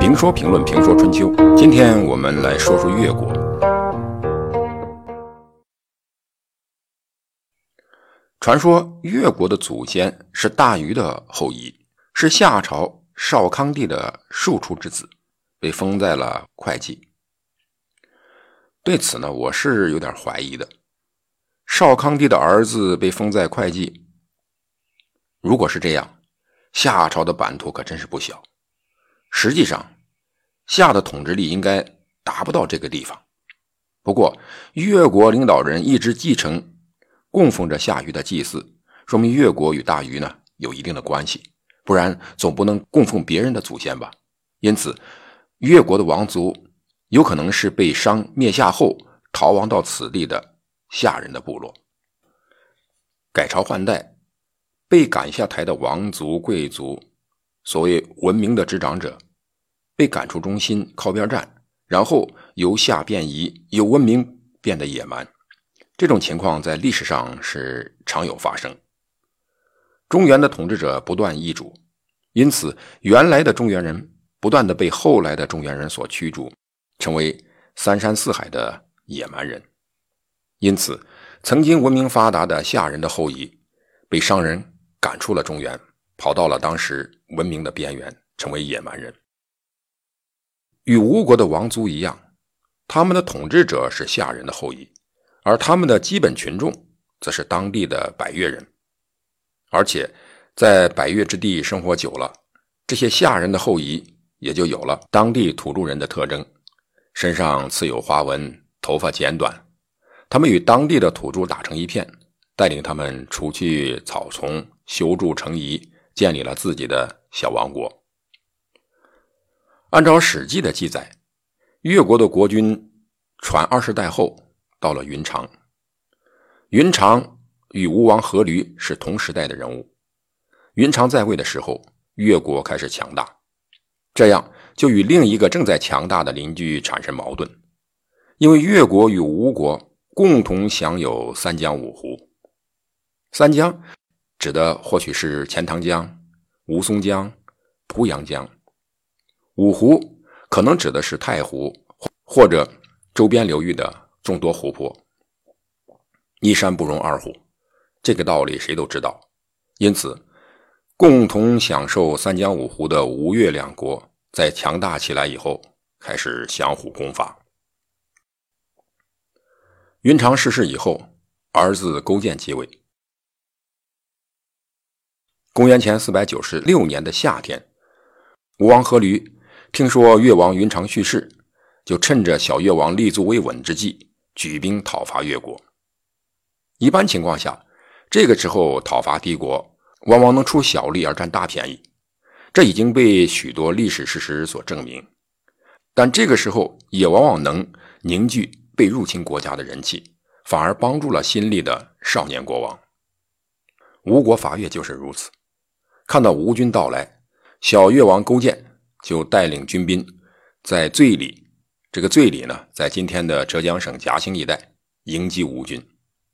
评说评论评说春秋，今天我们来说说越国。传说越国的祖先是大禹的后裔，是夏朝少康帝的庶出之子，被封在了会稽。对此呢，我是有点怀疑的。少康帝的儿子被封在会稽，如果是这样，夏朝的版图可真是不小。实际上，夏的统治力应该达不到这个地方。不过，越国领导人一直继承供奉着夏禹的祭祀，说明越国与大禹呢有一定的关系，不然总不能供奉别人的祖先吧。因此，越国的王族有可能是被商灭夏后逃亡到此地的夏人的部落。改朝换代，被赶下台的王族贵族，所谓文明的执掌者，被赶出中心靠边站，然后由夏变夷，由文明变得野蛮。这种情况在历史上是常有发生。中原的统治者不断易主，因此原来的中原人不断的被后来的中原人所驱逐，成为三山四海的野蛮人。因此曾经文明发达的夏人的后裔被商人赶出了中原，跑到了当时文明的边缘，成为野蛮人。与吴国的王族一样，他们的统治者是夏人的后裔，而他们的基本群众则是当地的百越人。而且在百越之地生活久了，这些夏人的后裔也就有了当地土著人的特征，身上刺有花纹，头发简短。他们与当地的土著打成一片，带领他们除去草丛，修筑城邑，建立了自己的小王国。按照《史记》的记载，越国的国君传20代后到了云长。云长与吴王阖闾是同时代的人物。云长在位的时候，越国开始强大，这样就与另一个正在强大的邻居产生矛盾。因为越国与吴国共同享有三江五湖。三江指的或许是钱塘江、吴淞江、濮阳江，五湖可能指的是太湖或者周边流域的众多湖泊。一山不容二虎，这个道理谁都知道。因此共同享受三江五湖的吴越两国在强大起来以后，开始相互攻伐。云长逝世以后，儿子勾践继位。公元前496年的夏天，吴王阖闾听说越王云长去世，就趁着小越王立足未稳之际，举兵讨伐越国。一般情况下，这个时候讨伐敌国往往能出小利而占大便宜，这已经被许多历史事实所证明。但这个时候也往往能凝聚被入侵国家的人气，反而帮助了新立的少年国王。吴国伐越就是如此。看到吴军到来，小越王勾践就带领军兵在醉里，这个醉里呢，在今天的浙江省嘉兴一带迎击吴军。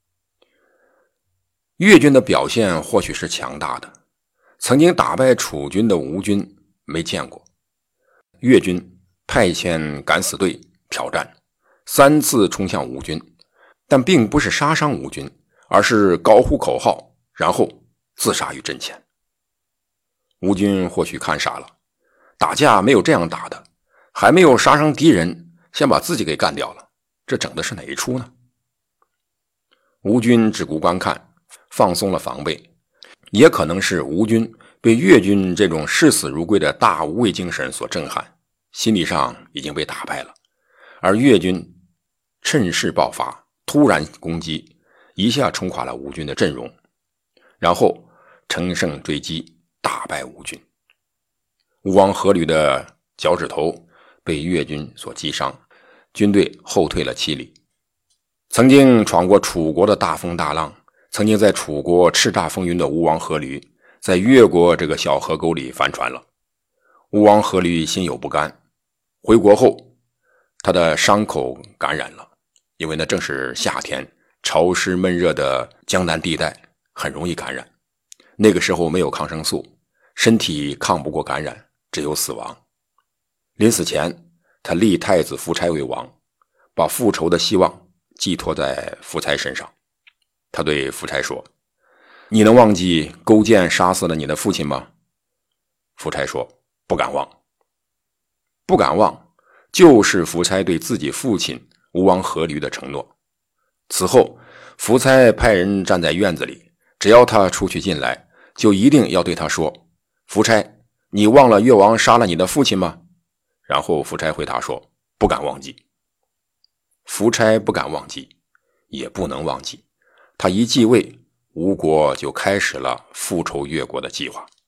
越军的表现或许是强大的，曾经打败楚军的吴军没见过。越军派遣敢死队挑战，3次冲向吴军，但并不是杀伤吴军，而是高呼口号，然后自杀于阵前。吴军或许看傻了，打架没有这样打的，还没有杀伤敌人，先把自己给干掉了，这整的是哪一出呢？吴军只顾观看，放松了防备，也可能是吴军被越军这种视死如归的大无畏精神所震撼，心理上已经被打败了。而越军趁势爆发，突然攻击，一下冲垮了吴军的阵容，然后乘胜追击，大败吴军。吴王阖闾的脚趾头被越军所击伤，军队后退了7里。曾经闯过楚国的大风大浪，曾经在楚国叱咤风云的吴王阖闾，在越国这个小河沟里翻船了。吴王阖闾心有不甘，回国后他的伤口感染了，因为那正是夏天，潮湿闷热的江南地带很容易感染。那个时候没有抗生素，身体抗不过感染，只有死亡。 临死前，他立太子夫差为王，把复仇的希望寄托在夫差身上。他对夫差说：你能忘记勾践杀死了你的父亲吗？夫差说：不敢忘。不敢忘，就是夫差对自己父亲吴王阖闾的承诺。此后，夫差派人站在院子里，只要他出去进来，就一定要对他说：夫差，你忘了越王杀了你的父亲吗？然后夫差回答说：不敢忘记。夫差不敢忘记，也不能忘记，他一继位，吴国就开始了复仇越国的计划。